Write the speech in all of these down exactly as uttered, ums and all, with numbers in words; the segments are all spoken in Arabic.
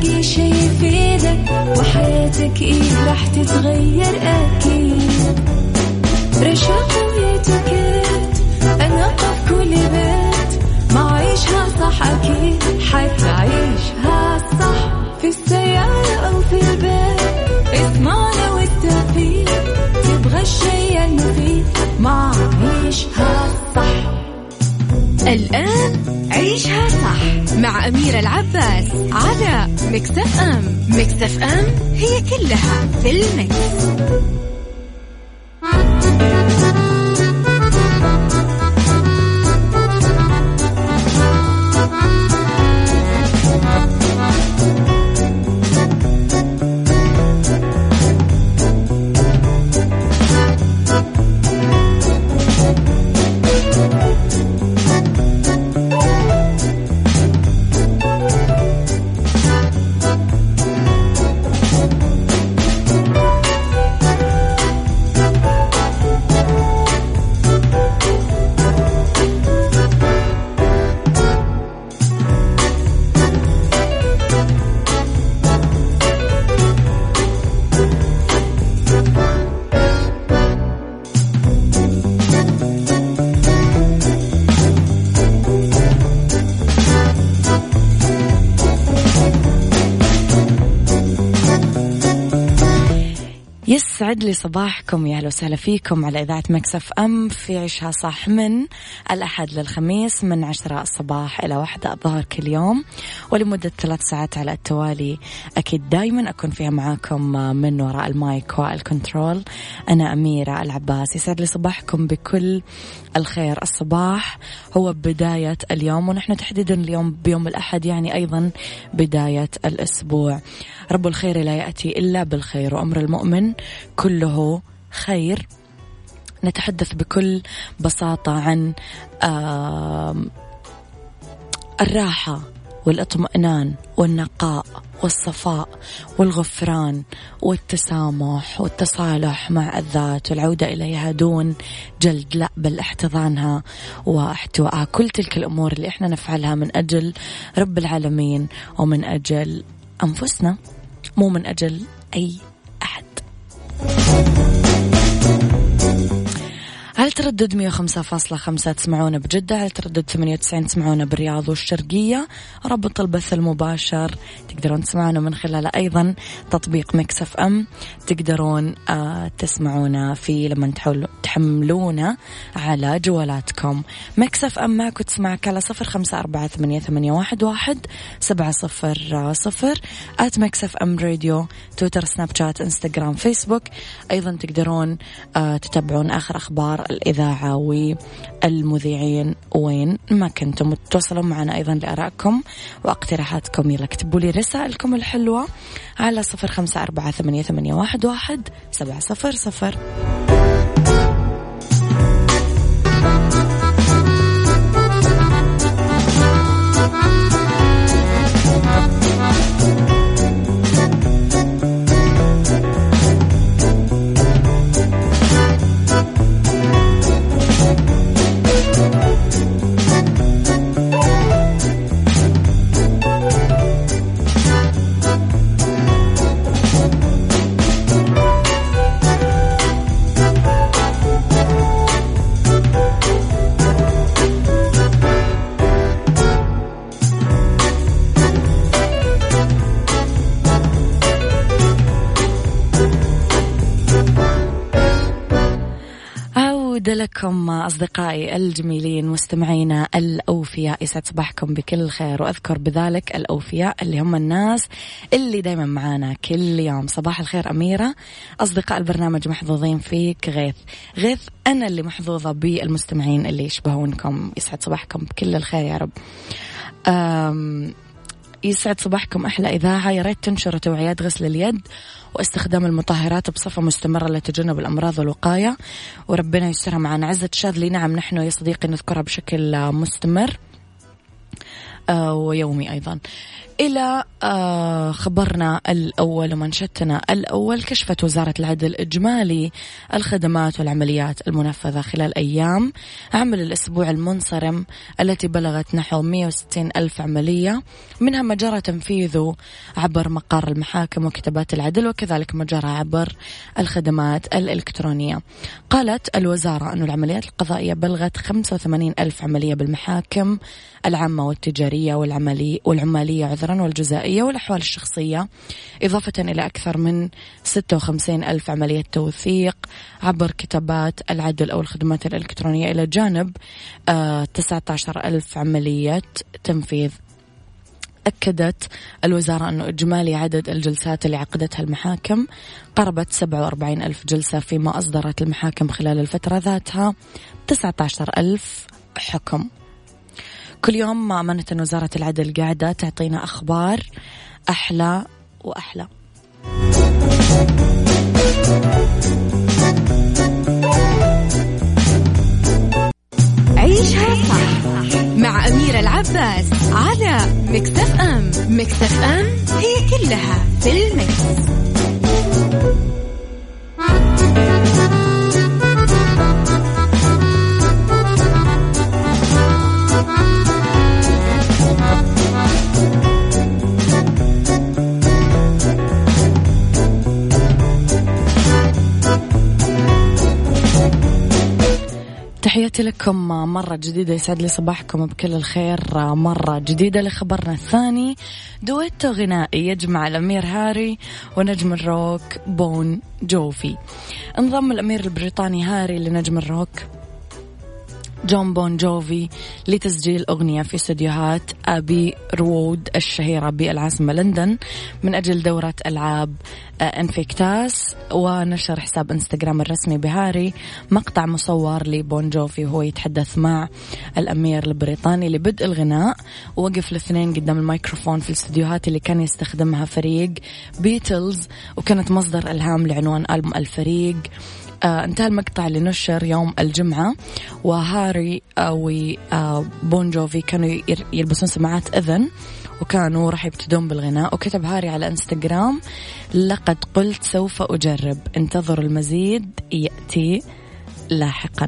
تلاقي شي يفيدك وحياتك إيه راح تتغير أكيد. رشاق ويتوكيت أنا قف كل بيت ما عيشها صح أكيد حتعيشها صح. في السيارة أو في البيت اسمعنا والتوفيق تبغى الشي المفيد ما عيشها صح. الآن عيشها صح مع أميرة العباس على ميكس اف ام. ميكس اف ام هي كلها في الميكس. يسعد لي صباحكم، يا أهلا وسهلا فيكم على إذاعة ميكس اف ام في عيشها صح من الأحد للخميس من عشرة الصباح إلى واحدة الظهر كل يوم، ولمدة ثلاث ساعات على التوالي. أكيد دايما أكون فيها معاكم من وراء المايك والكنترول. أنا أميرة العباس. يسعد لي صباحكم بكل الخير. الصباح هو بداية اليوم، ونحن تحديدا اليوم بيوم الأحد، يعني أيضا بداية الأسبوع. رب الخير لا يأتي إلا بالخير، وأمر المؤمن كله خير. نتحدث بكل بساطة عن الراحة والاطمئنان والنقاء والصفاء والغفران والتسامح والتصالح مع الذات والعودة إليها دون جلد، لا بل احتضانها واحتوائها. كل تلك الأمور اللي احنا نفعلها من أجل رب العالمين ومن أجل أنفسنا، مو من أجل أي أحد. هل تردد مية وخمسة فاصلة خمسة تسمعونا بجدة؟ هل تردد ثمانية وتسعين تسمعونا بالرياض والشرقية؟ رابط البث المباشر تقدرون تسمعونا من خلاله أيضا تطبيق ميكس اف ام. تقدرون آه تسمعونا في لما تحملونا على جوالاتكم. ميكس اف ام معك وتسمعك على صفر خمسة أربعة ثمانية ثمانية واحد واحد سبعة صفر صفر آت ميكس اف ام راديو، تويتر، سناب شات، انستغرام، فيسبوك. أيضا تقدرون آه تتابعون آخر أخبار الإذاعة والمذيعين وين ما كنتم، تتواصلون معنا أيضا لآرائكم واقتراحاتكم. يلا اكتبوا لي رسائلكم الحلوة على صفر خمسة أربعة ثمانية ثمانية واحد واحد سبعة صفر صفر. لكم أصدقائي الجميلين مستمعينا الأوفياء، يسعد صباحكم بكل خير. وأذكر بذلك الأوفياء اللي هم الناس اللي دايما معانا كل يوم. صباح الخير أميرة. أصدقاء البرنامج محظوظين فيك. غيث غيث أنا اللي محظوظة بالمستمعين اللي يشبهونكم. يسعد صباحكم بكل الخير يا رب. أم يسعد صباحكم أحلى إذاعة. يا ريت تنشروا توعيات غسل اليد واستخدام المطهرات بصفة مستمرة لتجنب الأمراض والوقاية، وربنا يسرها معنا. عزة الشاذلي، نعم نحن يا صديقي نذكرها بشكل مستمر. ويومي أيضا. إلى خبرنا الأول ومنشطنا الأول، كشفت وزارة العدل إجمالي الخدمات والعمليات المنفذة خلال أيام عمل الأسبوع المنصرم التي بلغت نحو مئة وستين ألف عملية، منها ما جرى تنفيذه عبر مقر المحاكم وكتابات العدل، وكذلك ما جرى عبر الخدمات الإلكترونية. قالت الوزارة أن العمليات القضائية بلغت خمسة وثمانين ألف عملية بالمحاكم العامة والتجارية والعملية والعمالية عذرا والجزائية والأحوال الشخصية، إضافة إلى أكثر من ستة وخمسين ألف عملية توثيق عبر كتابات العدل أو الخدمات الإلكترونية، إلى جانب آه تسعة عشر ألف عملية تنفيذ. أكدت الوزارة أنه إجمالي عدد الجلسات اللي عقدتها المحاكم قربت سبعة وأربعين ألف جلسة، فيما أصدرت المحاكم خلال الفترة ذاتها تسعة عشر ألف حكم. كل يوم ما أمانة وزارة العدل قاعدة تعطينا أخبار أحلى وأحلى. عيشها صح مع أميرة العباس على ميكس اف ام. ميكس اف ام هي كلها في الميكس. تحياتي لكم مرة جديدة، يسعد لي صباحكم بكل الخير مرة جديدة. لخبرنا الثاني، دويتو غنائي يجمع الأمير هاري ونجم الروك بون جوفي. انضم الأمير البريطاني هاري لنجم الروك جون بون جوفي لتسجيل أغنية في استديوهات أبي رود الشهيرة بالعاصمة لندن من أجل دورة ألعاب انفيكتاس. ونشر حساب انستغرام الرسمي بهاري مقطع مصور لبون جوفي وهو يتحدث مع الأمير البريطاني لبدء الغناء. ووقف الاثنين قدام الميكروفون في الاستديوهات اللي كان يستخدمها فريق بيتلز، وكانت مصدر إلهام لعنوان ألبوم الفريق. آه انتهى المقطع اللي نشر يوم الجمعة، وهاري وبون جوفي كانوا يلبسون سماعات أذن وكانوا راح يبتدون بالغناء. وكتب هاري على انستغرام: لقد قلت سوف أجرب، انتظر المزيد يأتي لاحقا.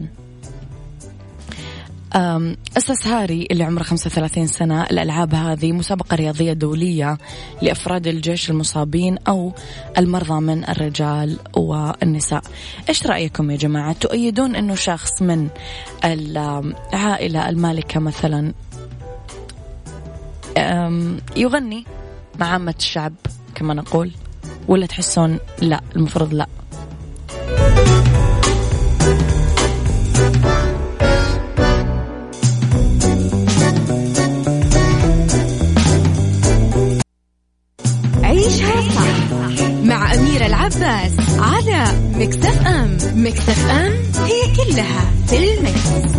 أسس هاري اللي عمره خمسة وثلاثين سنة الألعاب هذه مسابقة رياضية دولية لأفراد الجيش المصابين أو المرضى من الرجال والنساء. إيش رأيكم يا جماعة؟ تؤيدون أنه شخص من العائلة المالكة مثلا يغني مع عامة الشعب كما نقول، ولا تحسون لا المفروض لا؟ عيشها صح مع أميرة العباس على ميكس اف ام. ميكس اف ام هي كلها في الميكس.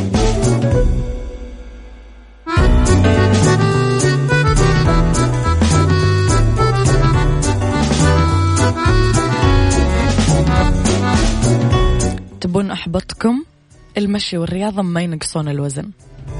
تبون أحبطكم؟ المشي والرياضة ما ينقصون الوزن.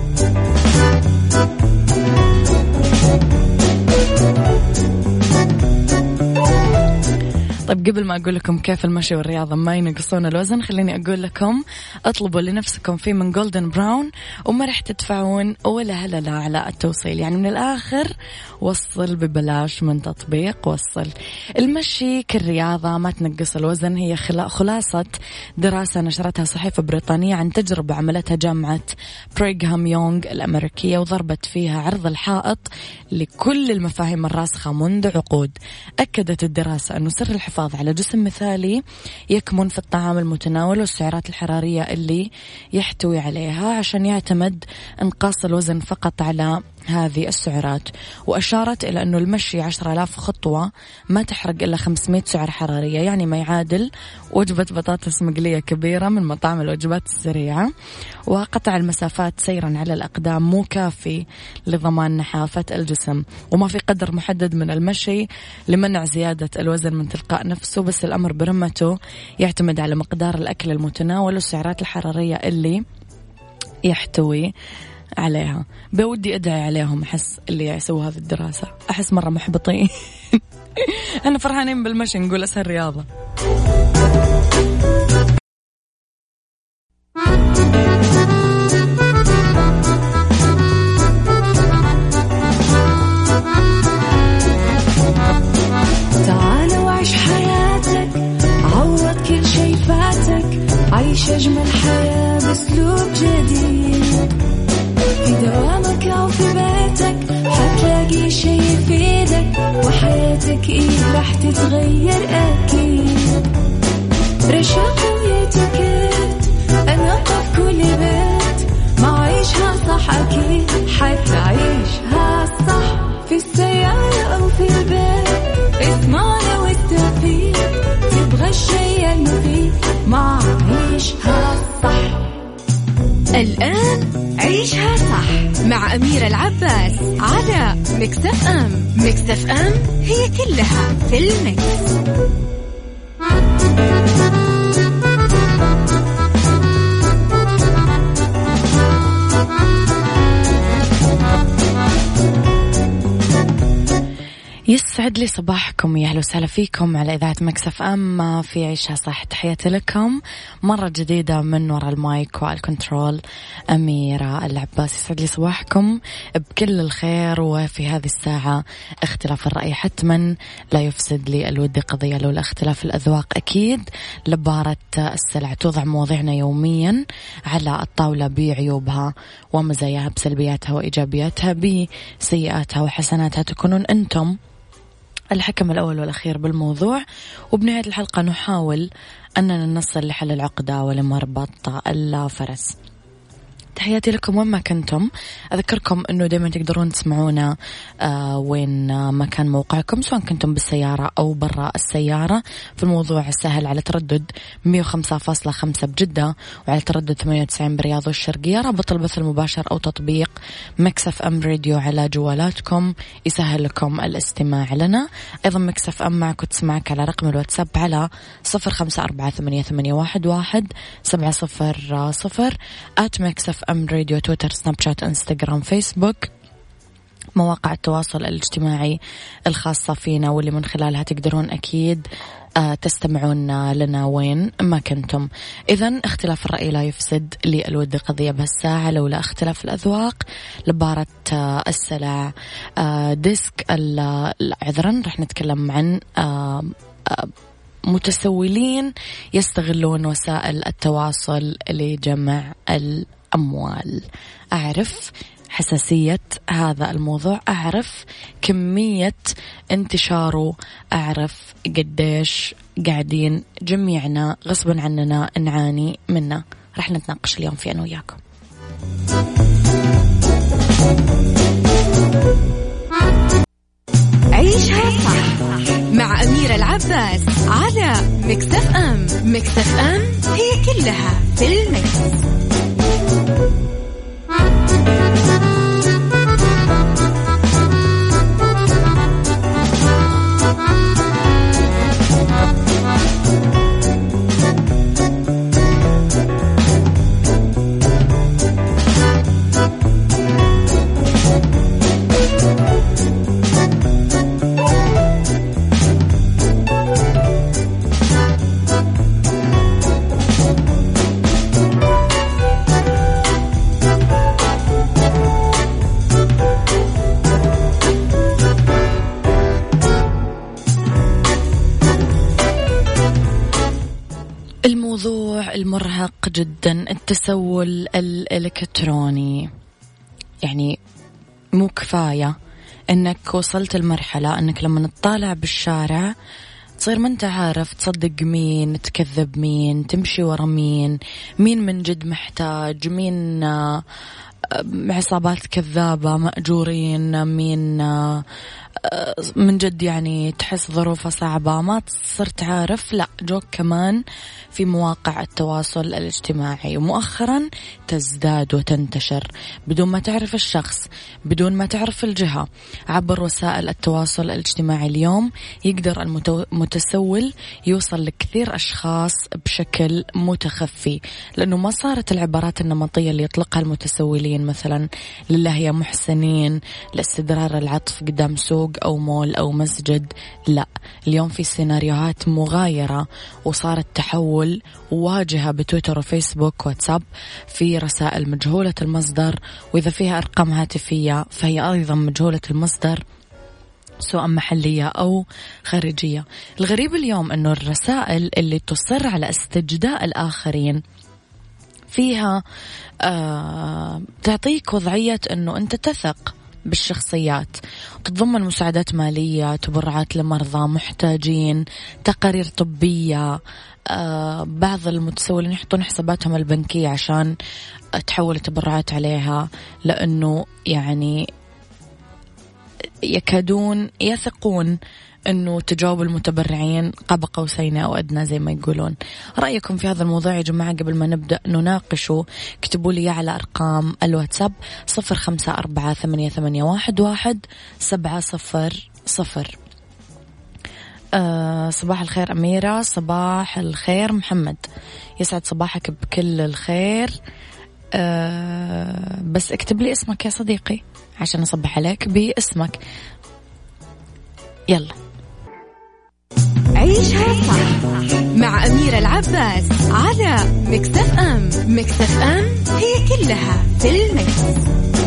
طيب قبل ما أقول لكم كيف المشي والرياضة ما ينقصون الوزن، خليني أقول لكم اطلبوا لنفسكم في من جولدن براون وما رح تدفعون ولا هللة على التوصيل. يعني من الآخر وصل ببلاش من تطبيق وصل. المشي كالرياضة ما تنقص الوزن، هي خلاصة دراسة نشرتها صحيفة بريطانية عن تجربة عملتها جامعة بريغهام يونغ الأمريكية، وضربت فيها عرض الحائط لكل المفاهيم الراسخة منذ عقود. أكدت الدراسة أنه سر الحفاظ على جسم مثالي يكمن في الطعام المتناول والسعرات الحرارية اللي يحتوي عليها، عشان يعتمد انقاص الوزن فقط على هذه السعرات. وأشارت إلى أنه المشي عشرة آلاف خطوة ما تحرق إلا خمسمائة سعر حرارية، يعني ما يعادل وجبة بطاطس مقلية كبيرة من مطاعم الوجبات السريعة. وقطع المسافات سيرا على الأقدام مو كافي لضمان نحافة الجسم، وما في قدر محدد من المشي لمنع زيادة الوزن من تلقاء نفسه، بس الأمر برمته يعتمد على مقدار الأكل المتناول والسعرات الحرارية اللي يحتوي عليها. بودي أدعي عليهم، أحس اللي يسووا هذه الدراسة أحس مرة محبطين. أنا فرحانين بالمشي، نقول أسهل رياضة. تعال وعيش حياتك، عوض كل شي فاتك، عيش أجمل حياة بأسلوب جديد. في دوامك أو في بيتك حتلاقي شي يفيدك، وحياتك إيه راح تتغير أكيد. رشاق ويتكت أنا قف كل بيت، ما عيشها صح أكيد حتعيشها صح. في السيارة أو في البيت اسمعنا والتوفيق، تبغى الشي المفيد ما عيشها صح. الآن عيشها صح مع أميرة العباس على ميكس اف ام. ميكس اف ام هي كلها في الميكس. يسعد لي صباحكم، يا أهلا وسهلا فيكم على إذاعة ميكس اف ام في عيشها صح. تحياتي لكم مرة جديدة من وراء المايك والكنترول، أميرة العباس. يسعد لي صباحكم بكل الخير. وفي هذه الساعة اختلاف الرأي حتما لا يفسد لي الود قضية، لولا اختلاف الأذواق أكيد لبارة السلع. توضع مواضيعنا يوميا على الطاولة بعيوبها ومزاياها، بسلبياتها وإيجابياتها، بسيئاتها وحسناتها. تكونون أنتم الحكم الأول والأخير بالموضوع، وبنهاية الحلقة نحاول أننا نصل لحل العقدة ولمربط الفرس. تحياتي لكم وين ما كنتم. أذكركم أنه دائما تقدرون تسمعونا آه وين آه ما كان موقعكم، سواء كنتم بالسيارة أو برا السيارة. في الموضوع السهل على تردد مية وخمسة فاصلة خمسة بجدة، وعلى تردد ثمانية وتسعين برياض والشرقية. رابط البث المباشر أو تطبيق ميكس اف ام راديو على جوالاتكم يسهل لكم الاستماع لنا. أيضا ميكس اف ام معك وتسمعك على رقم الواتساب على صفر خمسة أربعة ثمانية ثمانية واحد واحد سبعة صفر صفر. آت ميكس اف ام راديو، تويتر، سناب شات، انستغرام، فيسبوك، مواقع التواصل الاجتماعي الخاصة فينا، واللي من خلالها تقدرون أكيد تستمعون لنا وين ما كنتم. إذن اختلاف الرأي لا يفسد لي الود قضية بهالساعة، لولا اختلاف الأذواق لبارة السلع. ديسك عذرا رح نتكلم عن متسولين يستغلون وسائل التواصل لجمع الأموال. أعرف حساسية هذا الموضوع، أعرف كمية انتشاره، أعرف قديش قاعدين جميعنا غصبا عننا نعاني منه. رح نتناقش اليوم في أنا وياكم. عيشها صح مع أميرة العباس على ميكس اف ام. ميكس اف ام هي كلها في الميكس. الموضوع المرهق جدا، التسول الإلكتروني. يعني مو كفاية أنك وصلت المرحلة أنك لما نطالع بالشارع تصير ما أنت عارف تصدق مين، تكذب مين، تمشي ورا مين، مين من جد محتاج، مين عصابات كذابة مأجورين، مين من جد يعني تحس ظروفها صعبة ما تصير تعرف، لا جوك كمان في مواقع التواصل الاجتماعي، ومؤخرا تزداد وتنتشر بدون ما تعرف الشخص، بدون ما تعرف الجهة، عبر وسائل التواصل الاجتماعي. اليوم يقدر المتسول يوصل لكثير أشخاص بشكل متخفي، لأنه ما صارت العبارات النمطية اللي يطلقها المتسولين مثلا لله يا محسنين لاستدرار العطف قدام سوق أو مول أو مسجد. لا، اليوم في سيناريوهات مغايرة، وصارت تحول واجهة بتويتر وفيسبوك واتساب في رسائل مجهولة المصدر، وإذا فيها أرقام هاتفية فهي أيضا مجهولة المصدر سواء محلية أو خارجية. الغريب اليوم أنه الرسائل اللي تصر على استجداء الآخرين فيها آه تعطيك وضعية أنه أنت تثق بالشخصيات، تتضمن مساعدات مالية، تبرعات لمرضى محتاجين، تقارير طبية. آه بعض المتسولين يحطون حساباتهم البنكية عشان تحول التبرعات عليها، لأنه يعني يكادون يثقون أنه تجاوب المتبرعين قاب قوسين أو أدنى زي ما يقولون. رأيكم في هذا الموضوع يا جماعة قبل ما نبدأ نناقشه؟ اكتبوا لي على أرقام الواتساب صفر خمسة أربعة ثمانية ثمانية واحد واحد سبعة صفر صفر. أه صباح الخير أميرة، صباح الخير محمد، يسعد صباحك بكل الخير. أه بس اكتب لي اسمك يا صديقي عشان أصبح عليك باسمك. يلا عيشها صح مع أميرة العباس على ميكس اف ام. ميكس اف ام هي كلها في الميكس.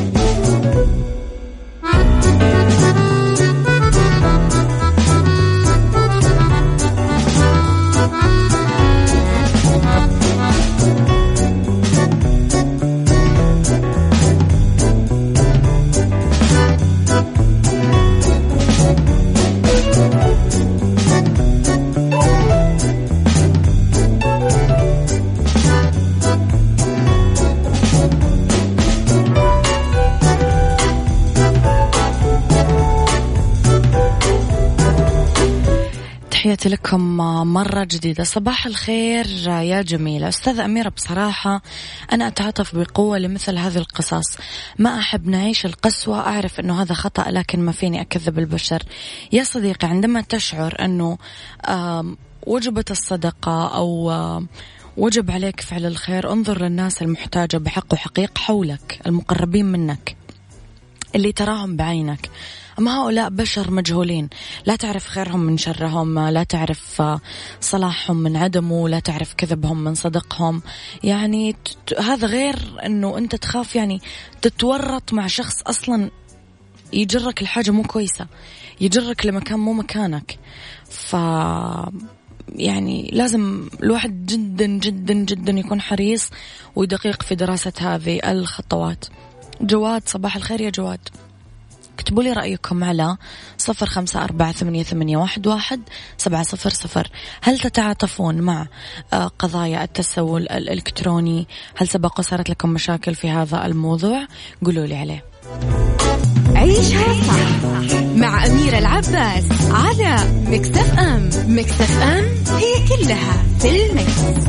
تحياتي لكم مرة جديدة. صباح الخير يا جميلة. أستاذة أميرة، بصراحة أنا أتعاطف بقوة لمثل هذه القصص، ما أحب نعيش القسوة، أعرف أنه هذا خطأ لكن ما فيني أكذب البشر. يا صديقي، عندما تشعر أنه وجبت الصدقة أو وجب عليك فعل الخير، انظر للناس المحتاجة بحق وحقيق حولك، المقربين منك اللي تراهم بعينك. أما هؤلاء بشر مجهولين، لا تعرف خيرهم من شرهم، لا تعرف صلاحهم من عدمه، لا تعرف كذبهم من صدقهم. يعني هذا غير أنه أنت تخاف يعني تتورط مع شخص أصلا يجرك الحاجة مو كويسة، يجرك لمكان مو مكانك. ف يعني لازم الواحد جدا جدا جدا يكون حريص ودقيق في دراسة هذه الخطوات. جواد، صباح الخير يا جواد. اكتبوا لي رأيكم على صفر خمسة أربعة ثمانية ثمانية واحد واحد سبعة صفر صفر. هل تتعاطفون مع قضايا التسول الإلكتروني؟ هل سبق وصارت لكم مشاكل في هذا الموضوع؟ قولوا لي عليه. عيشها صح مع أميرة العباس على ميكس اف ام. ميكس اف ام هي كلها في الميكس.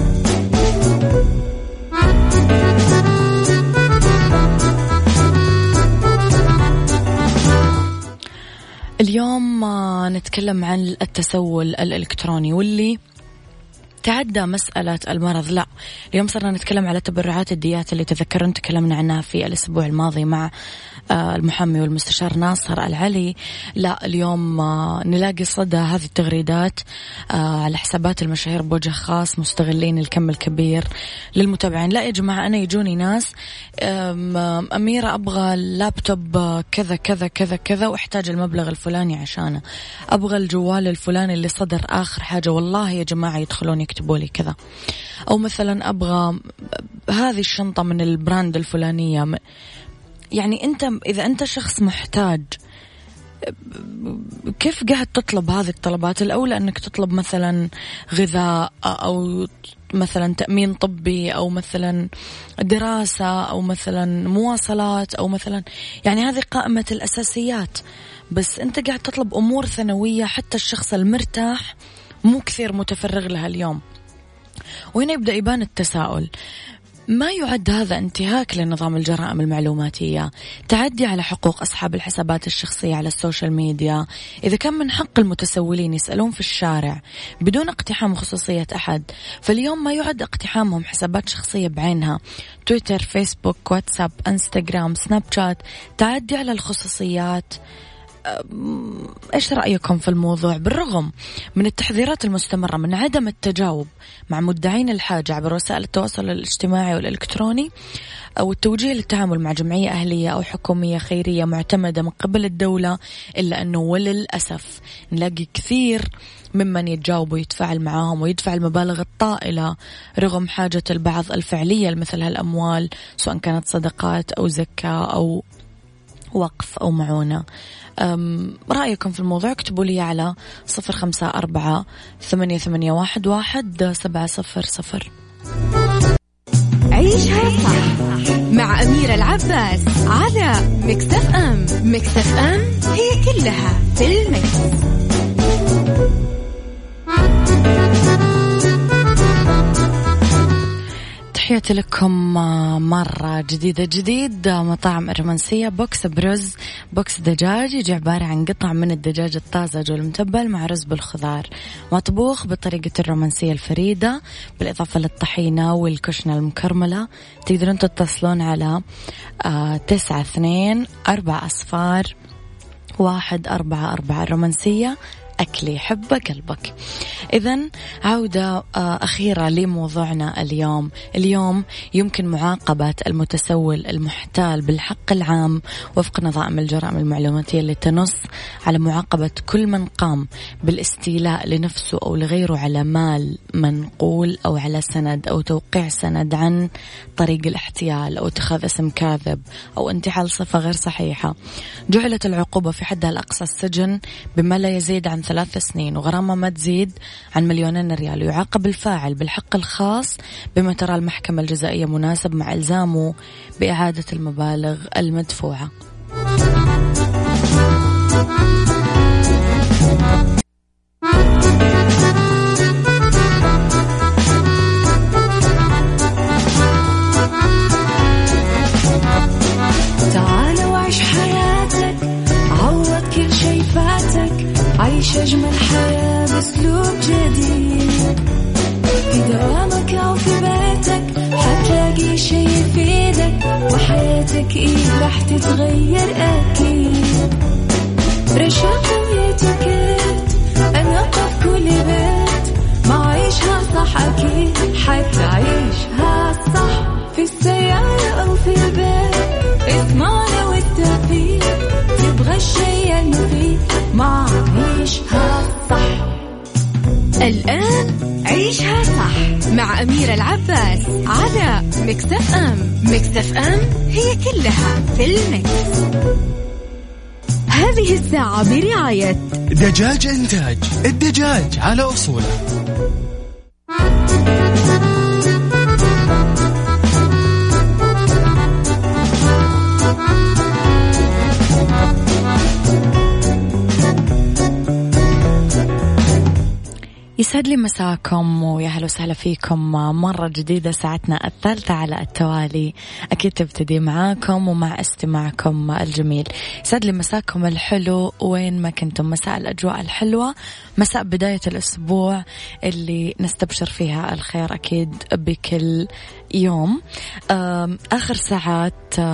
اليوم نتكلم عن التسول الإلكتروني واللي تعدى مسألة المرض. لا، اليوم صرنا نتكلم على تبرعات الديات اللي تذكرون تكلمنا عنها في الأسبوع الماضي مع المحامي والمستشار ناصر العلي. لا، اليوم نلاقي صدى هذه التغريدات على حسابات المشاهير بوجه خاص مستغلين الكم الكبير للمتابعين. لا يا جماعة، أنا يجوني ناس أميرة أبغى اللابتوب كذا كذا كذا كذا وأحتاج المبلغ الفلاني عشانه، أبغى الجوال الفلاني اللي صدر آخر حاجة. والله يا جماعة يدخلون يكتبوا لي كذا، أو مثلا أبغى هذه الشنطة من البراند الفلانية. يعني أنت إذا أنت شخص محتاج كيف قاعد تطلب هذه الطلبات؟ الأولى أنك تطلب مثلا غذاء أو مثلا تأمين طبي أو مثلا دراسة أو مثلا مواصلات أو مثلا يعني هذه قائمة الأساسيات. بس أنت قاعد تطلب أمور ثانوية حتى الشخص المرتاح مو كثير متفرغ لها اليوم. وهنا يبدأ يبان التساؤل، ما يعد هذا انتهاك لنظام الجرائم المعلوماتية، تعدي على حقوق أصحاب الحسابات الشخصية على السوشيال ميديا؟ إذا كان من حق المتسولين يسألون في الشارع بدون اقتحام خصوصية أحد، فاليوم ما يعد اقتحامهم حسابات شخصية بعينها، تويتر، فيسبوك، واتساب، انستغرام، سناب شات، تعدي على الخصوصيات. إيش رأيكم في الموضوع؟ بالرغم من التحذيرات المستمرة من عدم التجاوب مع مدعين الحاجة عبر وسائل التواصل الاجتماعي والإلكتروني أو التوجيه للتعامل مع جمعية أهلية أو حكومية خيرية معتمدة من قبل الدولة، إلا أنه وللأسف نلاقي كثير ممن يتجاوب ويتفاعل معاهم ويدفع المبالغ الطائلة رغم حاجة البعض الفعلية لمثل هالأموال، سواء كانت صدقات أو زكاة أو وقف أو معونة. رأيكم في الموضوع اكتبوا لي على صفر خمسة أربعة ثمانية ثمانية واحد واحد سبعة صفر صفر. عيشها صح مع أميرة العباس على ميكس اف ام. ميكس اف ام هي كلها في الميكس. تحياتي لكم مرة جديدة. جديد مطاعم الرومانسية بوكس برز، بوكس دجاج يجي عبارة عن قطع من الدجاج الطازج والمتبل مع رز بالخضار، مطبوخ بطريقة الرومانسية الفريدة بالإضافة للطحينة والكشنة المكرملة. تقدرون تتصلون على تسعة اثنين أربعة أصفار واحد أربعة أربعة. الرومانسية أكلي حب قلبك. إذن عودة أخيرة لموضوعنا اليوم. اليوم يمكن معاقبة المتسول المحتال بالحق العام وفق نظام الجرائم المعلوماتية اللي تنص على معاقبة كل من قام بالاستيلاء لنفسه أو لغيره على مال منقول أو على سند أو توقيع سند عن طريق الاحتيال أو اتخاذ اسم كاذب أو انتحال صفة غير صحيحة. جعلت العقوبة في حدها الأقصى السجن بما لا يزيد عن ثلاث سنين وغرامة ما تزيد عن مليونين ريال. يعاقب الفاعل بالحق الخاص بما ترى المحكمة الجزائية مناسب مع إلزامه بإعادة المبالغ المدفوعة. تعال وعيش حياتك، عوض كل شي فاتك، عيش أجمل حياة بأسلوب جديد. في دوامك أو في بيتك حتلاقي شي يفيدك، وحياتك إيه راح تتغير أكيد. رشاق ويتكت أنا قف كل بيت، ما عيشها صح أكيد حتعيشها صح. في السيارة أو في البيت اسمعنا والتوفيق، تبغى الشي المفيد ما عيشها صح. الآن عيشها صح مع أميرة العباس على ميكس اف ام. ميكس اف ام هي كلها في الميكس. هذه الساعة برعاية دجاج إنتاج، الدجاج على أصوله. يسعد لي مساكم ويا هلا وسهلا فيكم مرة جديدة. ساعتنا الثالثة على التوالي أكيد تبتدي معاكم ومع استماعكم الجميل. يسعد لي مساكم الحلو وين ما كنتم، مساء الأجواء الحلوة، مساء بداية الأسبوع اللي نستبشر فيها الخير أكيد بكل يوم. آخر ساعات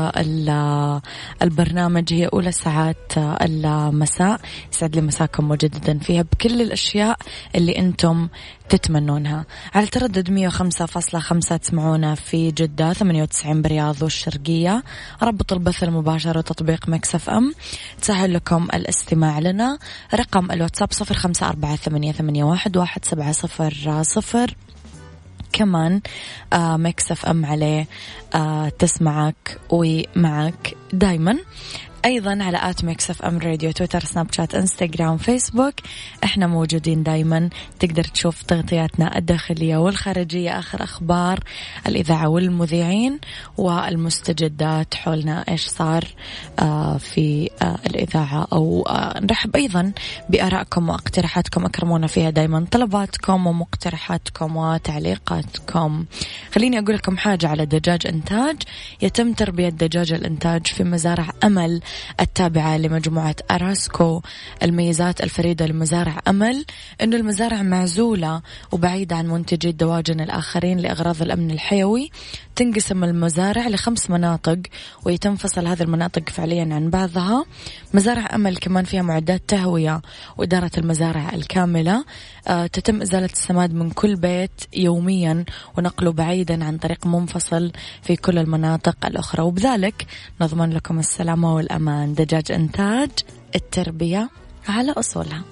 البرنامج هي أولى ساعات المساء. يسعد لي مساكم مجددا فيها بكل الأشياء اللي أنتم تتمنونها. على تردد مية وخمسة فاصلة خمسة تسمعونا في جدة، ثمانية وتسعين برياض والشرقية. ربط البث المباشر وتطبيق ميكس اف ام تسهل لكم الاستماع لنا. رقم الواتساب صفر خمسة أربعة ثمانية ثمانية واحد واحد سبعة صفر صفر. كمان آه ميكس اف ام عليه آه تسمعك ومعك دايما. أيضا على آت ميكس اف ام راديو، تويتر، سناب شات، انستغرام، فيسبوك. احنا موجودين دايما، تقدر تشوف تغطياتنا الداخلية والخارجية، آخر أخبار الإذاعة والمذيعين والمستجدات حولنا، إيش صار آه في آه الإذاعة، أو آه نرحب أيضا بآرائكم واقتراحاتكم، أكرمونا فيها دايما، طلباتكم ومقترحاتكم وتعليقاتكم. خليني أقول لكم حاجة على دجاج إنتاج. يتم تربية دجاج الإنتاج في مزارع أمل التابعة لمجموعة أراسكو. الميزات الفريدة لمزارع أمل أنه المزارع معزولة وبعيدة عن منتجي الدواجن الآخرين لأغراض الأمن الحيوي. تنقسم المزارع لخمس مناطق ويتم فصل هذه المناطق فعليا عن بعضها. مزارع أمل كمان فيها معدات تهوية وإدارة المزارع الكاملة. آه تتم إزالة السماد من كل بيت يوميا ونقله بعيدا عن طريق منفصل في كل المناطق الأخرى، وبذلك نضمن لكم السلامة والأمان. دجاج إنتاج، التربية على أصولها.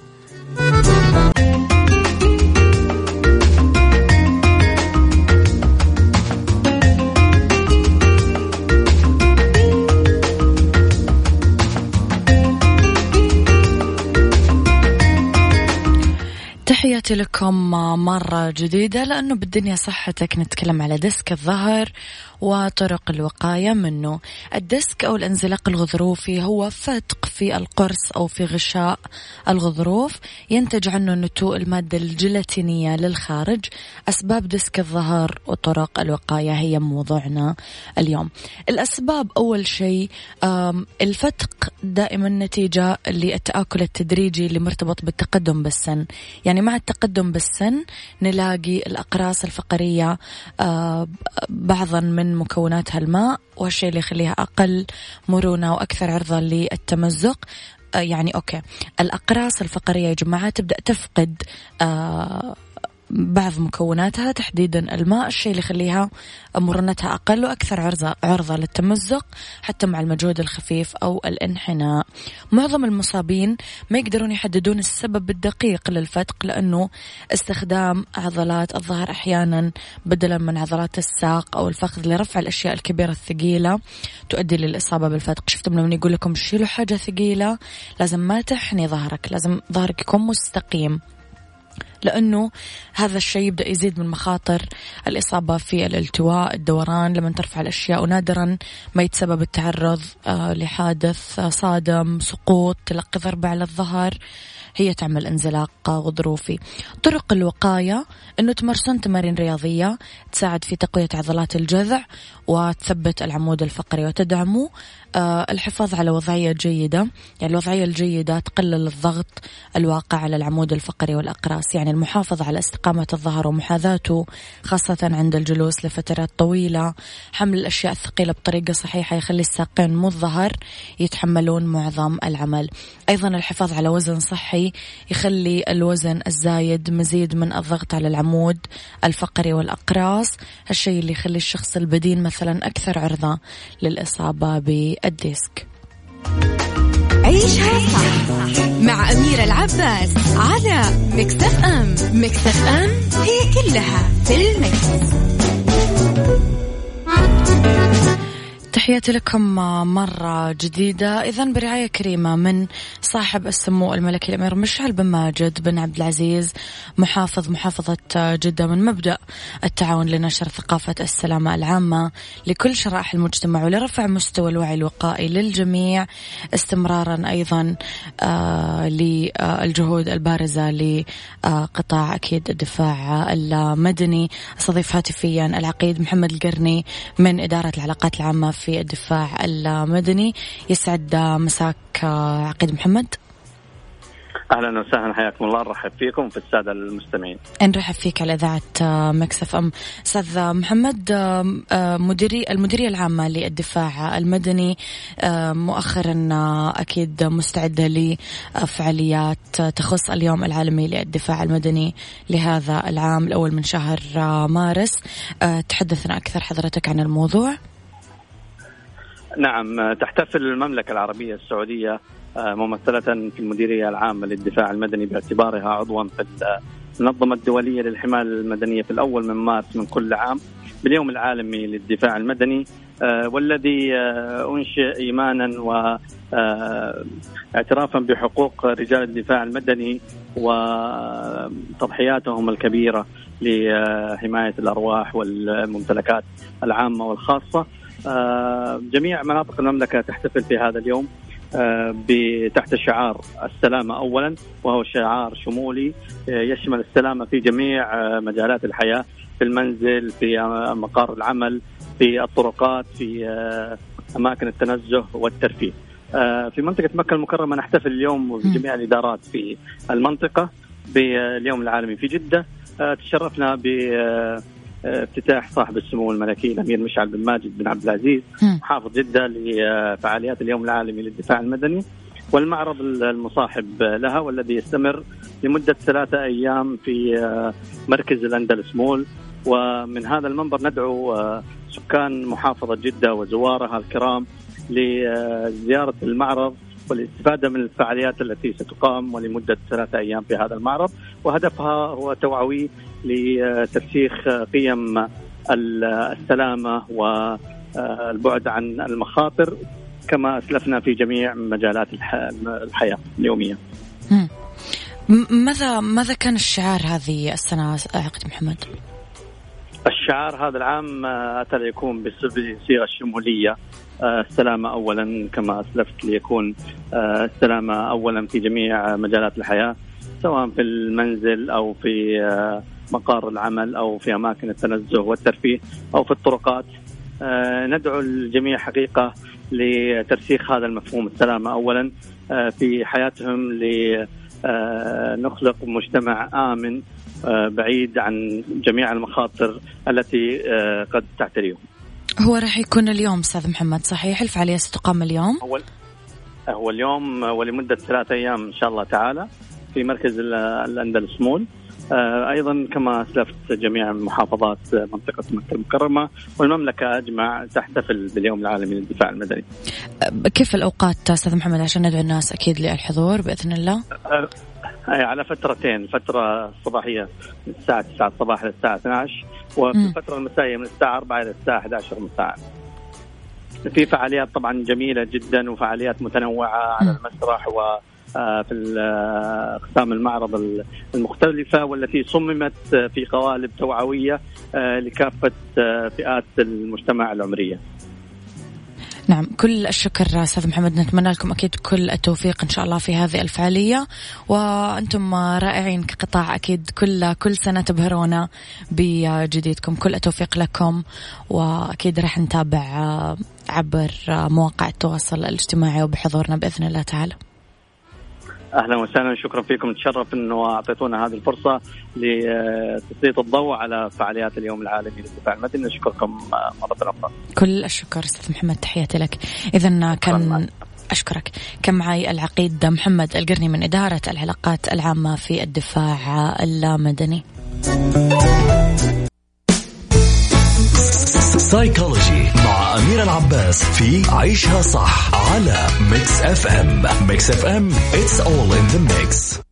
تحياتي لكم مرة جديدة، لأنه بالدنيا صحتك نتكلم على ديسك الظهر وطرق الوقاية منه. الديسك أو الانزلاق الغضروفي هو فتق في القرص أو في غشاء الغضروف ينتج عنه نتوء المادة الجيلاتينية للخارج. أسباب ديسك الظهر وطرق الوقاية هي موضوعنا اليوم. الأسباب، أول شيء الفتق دائما نتيجة للتآكل التدريجي اللي مرتبط بالتقدم بالسن. يعني مع التقدم بالسن نلاقي الأقراص الفقرية بعضا من مكوناتها الماء، والشيء اللي يخليها أقل مرونة وأكثر عرضة للتمزق. يعني أوكي، الأقراص الفقرية يا جماعة تبدأ تفقد بعض مكوناتها تحديدا الماء، الشيء اللي يخليها مرونتها أقل وأكثر عرضة عرضة للتمزق حتى مع المجهود الخفيف أو الانحناء. معظم المصابين ما يقدرون يحددون السبب الدقيق للفتق، لأنه استخدام عضلات الظهر أحيانا بدلا من عضلات الساق أو الفخذ لرفع الأشياء الكبيرة الثقيلة تؤدي للإصابة بالفتق. شفتم لما يقول لكم شيلوا حاجة ثقيلة، لازم ما تحني ظهرك، لازم ظهرك يكون مستقيم، لأنه هذا الشيء يبدأ يزيد من مخاطر الإصابة في الالتواء، الدوران لما ترفع الأشياء، ونادرا ما يتسبب التعرض آه لحادث آه صادم، سقوط، تلقي ضربة على الظهر، هي تعمل انزلاق غضروفي. طرق الوقاية أنه تمارسون تمارين رياضية تساعد في تقوية عضلات الجذع وتثبت العمود الفقري وتدعمه. آه الحفاظ على وضعية جيدة، يعني الوضعية الجيدة تقلل الضغط الواقع على العمود الفقري والأقراص، يعني المحافظة على استقامة الظهر ومحاذاته خاصة عند الجلوس لفترات طويلة. حمل الأشياء الثقيلة بطريقة صحيحة يخلي الساقين مو الظهر يتحملون معظم العمل. أيضا الحفاظ على وزن صحي يخلي الوزن الزايد مزيد من الضغط على العمود الفقري والأقراص، هالشيء اللي يخلي الشخص البدين مثلا أكثر عرضة للإصابة بالديسك. عيشها صح مع أميرة العباس على ميكس اف ام. ميكس اف ام هي كلها في الميكس. تحياتي لكم مرة جديدة. إذن برعاية كريمة من صاحب السمو الملكي الأمير مشعل بن ماجد بن عبد العزيز محافظ محافظة جدة، من مبدأ التعاون لنشر ثقافة السلامة العامة لكل شرائح المجتمع ولرفع مستوى الوعي الوقائي للجميع، استمرارا أيضا آه للجهود البارزة لقطاع أكيد الدفاع المدني. استضيف هاتفيا العقيد محمد القرني من إدارة العلاقات العامة في الدفاع المدني. يسعد مساك عقيد محمد. أهلا وسهلا، حياكم الله، نرحب فيكم في السادة المستمعين. نرحب فيك على إذاعة ميكس اف ام. أستاذ محمد، مديري المديرية العامة للدفاع المدني مؤخرا أكيد مستعدة لفعاليات تخص اليوم العالمي للدفاع المدني لهذا العام الأول من شهر مارس. تحدثنا أكثر حضرتك عن الموضوع. نعم، تحتفل المملكة العربية السعودية ممثلة في المديرية العامة للدفاع المدني باعتبارها عضوا في المنظمة الدولية للحماية المدنية في الأول من مارس من كل عام باليوم العالمي للدفاع المدني، والذي أنشئ إيمانا واعترافا بحقوق رجال الدفاع المدني وتضحياتهم الكبيرة لحماية الأرواح والممتلكات العامة والخاصة. جميع مناطق المملكة تحتفل في هذا اليوم تحت شعار السلامة أولا، وهو شعار شمولي يشمل السلامة في جميع مجالات الحياة، في المنزل، في مقار العمل، في الطرقات، في أماكن التنزه والترفيه. في منطقة مكة المكرمة نحتفل اليوم بجميع الإدارات في المنطقة باليوم العالمي في جدة. تشرفنا بافتتاح صاحب السمو الملكي الأمير مشعل بن ماجد بن عبد العزيز محافظ جدة لفعاليات اليوم العالمي للدفاع المدني والمعرض المصاحب لها، والذي يستمر لمدة ثلاثة أيام في مركز الأندلس مول. ومن هذا المنبر ندعو سكان محافظة جدة وزوارها الكرام لزيارة المعرض والاستفادة من الفعاليات التي ستقام ولمدة ثلاثة أيام في هذا المعرض، وهدفها هو توعوي لترسيخ قيم السلامة والبعد عن المخاطر كما أسلفنا في جميع مجالات الحياة اليومية. ماذا ماذا كان الشعار هذه السنة عقد محمد؟ الشعار هذا العام أتى ليكون بصيغة شمولية، السلامة أولا كما أسلفت، ليكون السلامة أولا في جميع مجالات الحياة، سواء في المنزل أو في مقار العمل أو في أماكن التنزه والترفيه أو في الطرقات. ندعو الجميع حقيقة لترسيخ هذا المفهوم السلامة أولا في حياتهم، لنخلق مجتمع آمن بعيد عن جميع المخاطر التي قد تعتريهم. هو راح يكون اليوم أستاذ محمد صحيح؟ الفعالية ستقام اليوم؟ هو هو اليوم ولمدة ثلاثة أيام إن شاء الله تعالى في مركز الأندلس مول. أيضا كما أسلفت جميع محافظات منطقة مكة المكرمة والمملكة أجمع تحتفل باليوم العالمي للدفاع المدني. كيف الأوقات أستاذ محمد عشان ندعو الناس أكيد للحضور بإذن الله؟ على فترتين، فترة صباحية من الساعة تسعة الصباح للساعة اثنتي عشرة، وفي الفترة المسائية من الساعة أربعة إلى الساعة إحدى عشرة مساء. في فعاليات طبعا جميلة جدا وفعاليات متنوعة على المسرح وفي أقسام المعرض المختلفة، والتي صممت في قوالب توعوية لكافة فئات المجتمع العمرية. نعم، كل الشكر أستاذ محمد، نتمنى لكم أكيد كل التوفيق إن شاء الله في هذه الفعالية، وأنتم رائعين كقطاع أكيد، كل كل سنة تبهرونا بجديدكم. كل التوفيق لكم، وأكيد راح نتابع عبر مواقع التواصل الاجتماعي وبحضورنا بإذن الله تعالى. أهلا وسهلا، شكرا فيكم، نتشرف أنه أعطيتونا هذه الفرصة لتسليط الضوء على فعاليات اليوم العالمي للدفاع المدني. نشكركم مرة أخرى. كل الشكر أستاذ محمد، تحياتي لك. إذن كان أشكرك. كان معي العقيد محمد القرني من إدارة العلاقات العامة في الدفاع المدني. سايكولوجي مع أميرة العباس في عيشها صح على ميكس اف ام. ميكس اف ام it's all in the mix.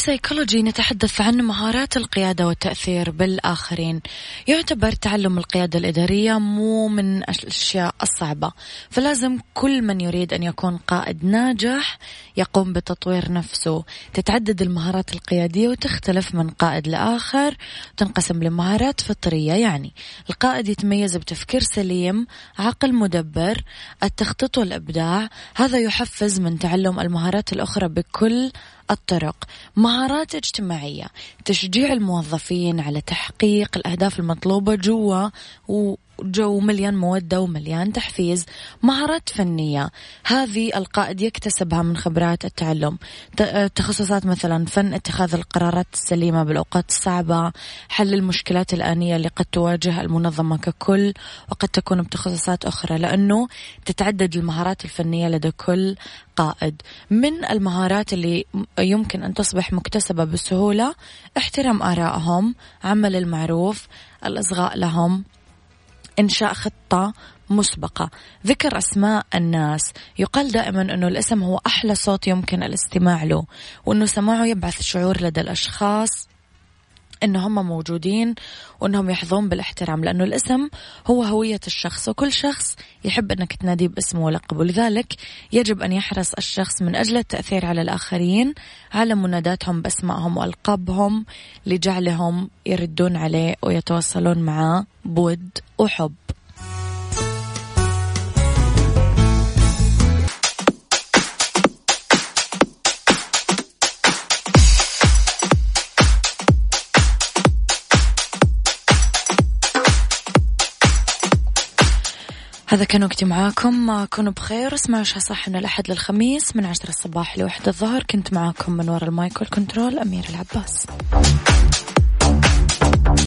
سايكولوجي نتحدث عن مهارات القيادة والتأثير بالآخرين. يعتبر تعلم القيادة الإدارية مو من الأشياء الصعبة، فلازم كل من يريد أن يكون قائد ناجح يقوم بتطوير نفسه. تتعدد المهارات القيادية وتختلف من قائد لآخر، تنقسم لمهارات فطرية، يعني القائد يتميز بتفكير سليم، عقل مدبر، التخطيط والإبداع. هذا يحفز من تعلم المهارات الأخرى بكل الطرق. مهارات اجتماعية، تشجيع الموظفين على تحقيق الأهداف المطلوبة جوا وجو مليان مودة ومليان تحفيز. مهارات فنية، هذه القائد يكتسبها من خبرات التعلم. تخصصات مثلا فن اتخاذ القرارات السليمة بالأوقات الصعبة، حل المشكلات الآنية اللي قد تواجه المنظمة ككل، وقد تكون بتخصصات أخرى، لأنه تتعدد المهارات الفنية لدى كل قائد. من المهارات اللي يمكن أن تصبح مكتسبة بسهولة: احترام آرائهم، عمل المعروف، الإصغاء لهم، إنشاء خطة مسبقة، ذكر أسماء الناس. يقال دائما أنه الاسم هو أحلى صوت يمكن الاستماع له، وأنه سماعه يبعث شعور لدى الأشخاص إنهم موجودين وإنهم يحظون بالاحترام، لأنه الاسم هو هوية الشخص، وكل شخص يحب أنك تناديه باسمه ولقبه. لذلك يجب أن يحرص الشخص من أجل التأثير على الآخرين على مناداتهم باسمائهم وألقابهم، لجعلهم يردون عليه ويتواصلون معه بود وحب. هذا كان وقتي معاكم، كونوا بخير. اسمعوا عيشها صح من الأحد للخميس من عشرة الصباح لوحدة الظهر. كنت معاكم من وراء المايك والكنترول أمير العباس.